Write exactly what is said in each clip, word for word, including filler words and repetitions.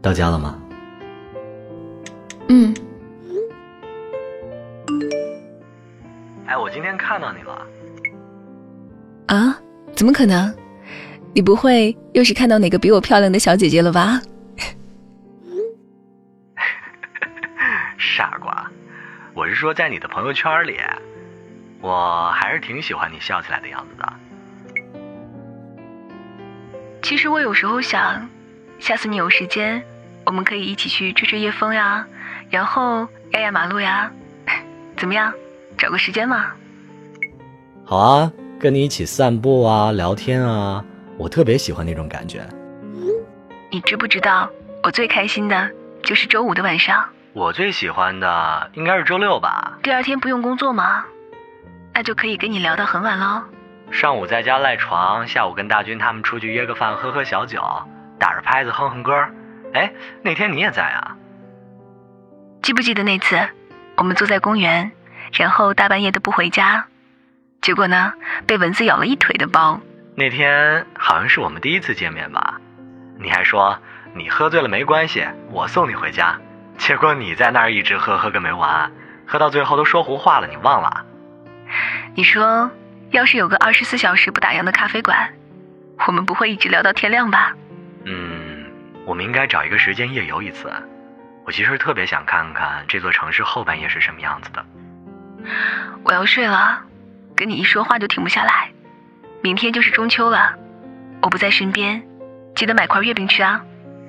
到家了吗？ 嗯。 哎，我今天看到你了。 啊？怎么可能？你不会又是看到哪个比我漂亮的小姐姐了吧？ 傻瓜，我是说在你的朋友圈里，我还是挺喜欢你笑起来的样子的。 其实我有时候想，下次你有时间，我们可以一起去吹吹夜风呀，然后压压马路呀，怎么样？找个时间嘛。 好啊，跟你一起散步啊，聊天啊，我特别喜欢那种感觉。 你知不知道，我最开心的就是周五的晚上。 我最喜欢的应该是周六吧。 第二天不用工作吗？那就可以跟你聊到很晚喽。 上午在家赖床，下午跟大军他们出去约个饭，喝喝小酒，打着拍子哼哼歌。哎，那天你也在啊。 记不记得那次我们坐在公园，然后大半夜的不回家，结果呢被蚊子咬了一腿的包。 那天好像是我们第一次见面吧，你还说你喝醉了没关系，我送你回家，结果你在那儿一直喝喝个没完，喝到最后都说胡话了，你忘了？ 你说要是有个二十四小时不打烊的咖啡馆，我们不会一直聊到天亮吧？ 嗯，我们应该找一个时间夜游一次。我其实特别想看看这座城市后半夜是什么样子的。 我要睡了，跟你一说话就停不下来。明天就是中秋了，我不在身边，记得买块月饼吃啊。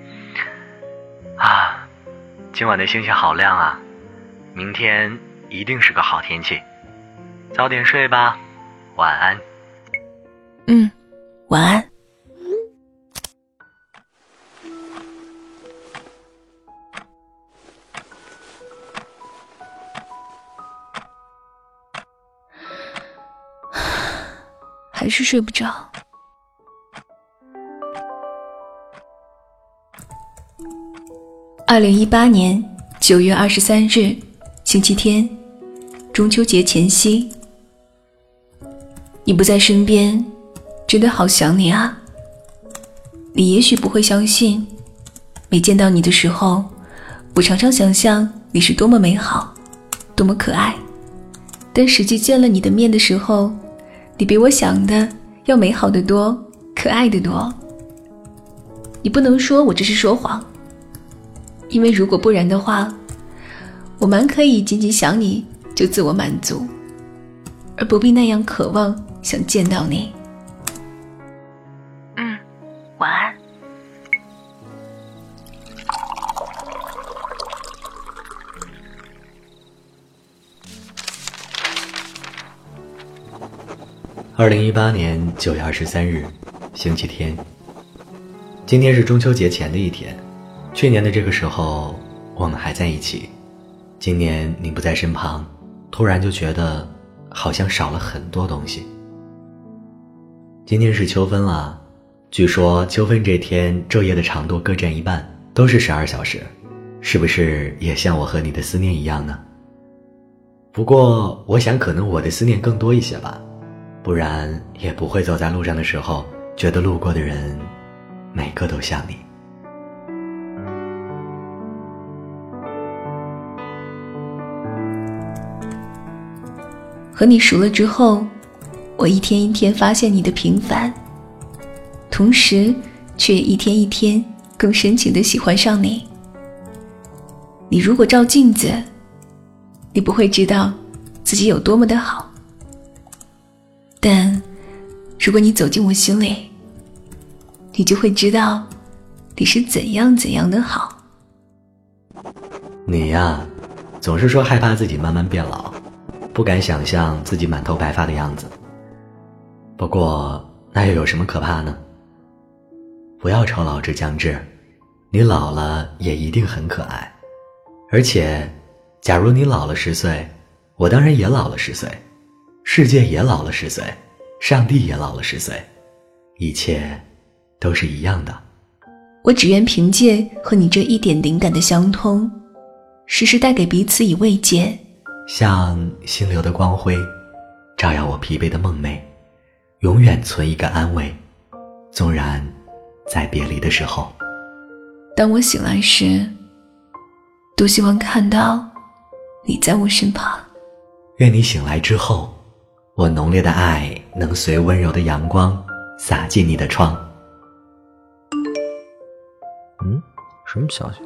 啊，今晚的星星好亮啊，明天一定是个好天气。早点睡吧，晚安。 嗯，晚安。还是睡不着。二零一八年九月二十三日，星期天，中秋节前夕。你不在身边，真的好想你啊。你也许不会相信，没见到你的时候，我常常想象你是多么美好，多么可爱。但实际见了你的面的时候，你比我想的要美好得多，可爱得多。你不能说我这是说谎，因为如果不然的话，我蛮可以仅仅想你就自我满足，而不必那样渴望想见到你。嗯，晚安。 二零一八年九月二十三日，星期天。今天是中秋节前的一天。去年的这个时候，我们还在一起。今年你不在身旁，突然就觉得好像少了很多东西。今天是秋分了，据说秋分这天昼夜的长度各占一半，都是十二小时，是不是也像我和你的思念一样呢？不过我想可能我的思念更多一些吧，不然也不会走在路上的时候觉得路过的人每个都像你。 和你熟了之后，我一天一天发现你的平凡，同时却一天一天更深情地喜欢上你。你如果照镜子，你不会知道自己有多么的好，但如果你走进我心里，你就会知道你是怎样怎样的好。 你呀，总是说害怕自己慢慢变老，不敢想象自己满头白发的样子。不过那又有什么可怕呢？不要愁老之将至，你老了也一定很可爱。而且假如你老了十岁，我当然也老了十岁，世界也老了十岁，上帝也老了十岁，一切都是一样的。 我只愿凭借和你这一点灵感的相通，时时带给彼此以慰藉， 像星流的光辉，照耀我疲惫的梦寐，永远存一个安慰，纵然在别离的时候。 当我醒来时，多希望看到你在我身旁。 愿你醒来之后，我浓烈的爱能随温柔的阳光洒进你的窗。 嗯，什么消息？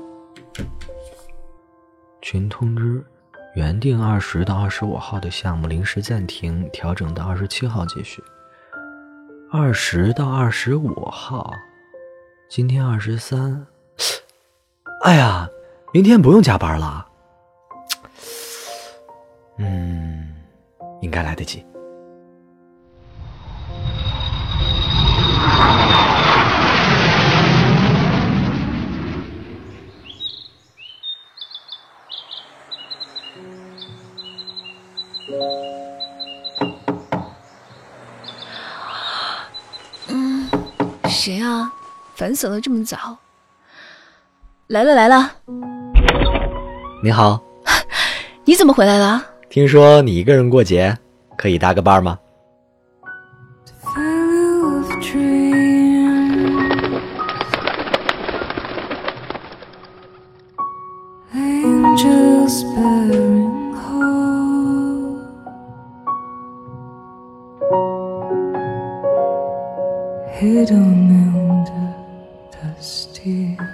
群通知，原定二十到二十五号的项目临时暂停，调整到二十七号继续。二十到二十五号，今天二十三。哎呀，明天不用加班了。嗯，应该来得及。 嗯，谁啊？烦死了，这么早。来了来了。 你好。 你怎么回来了？ 听说你一个人过节，可以搭个伴吗？ Hidden in the dusty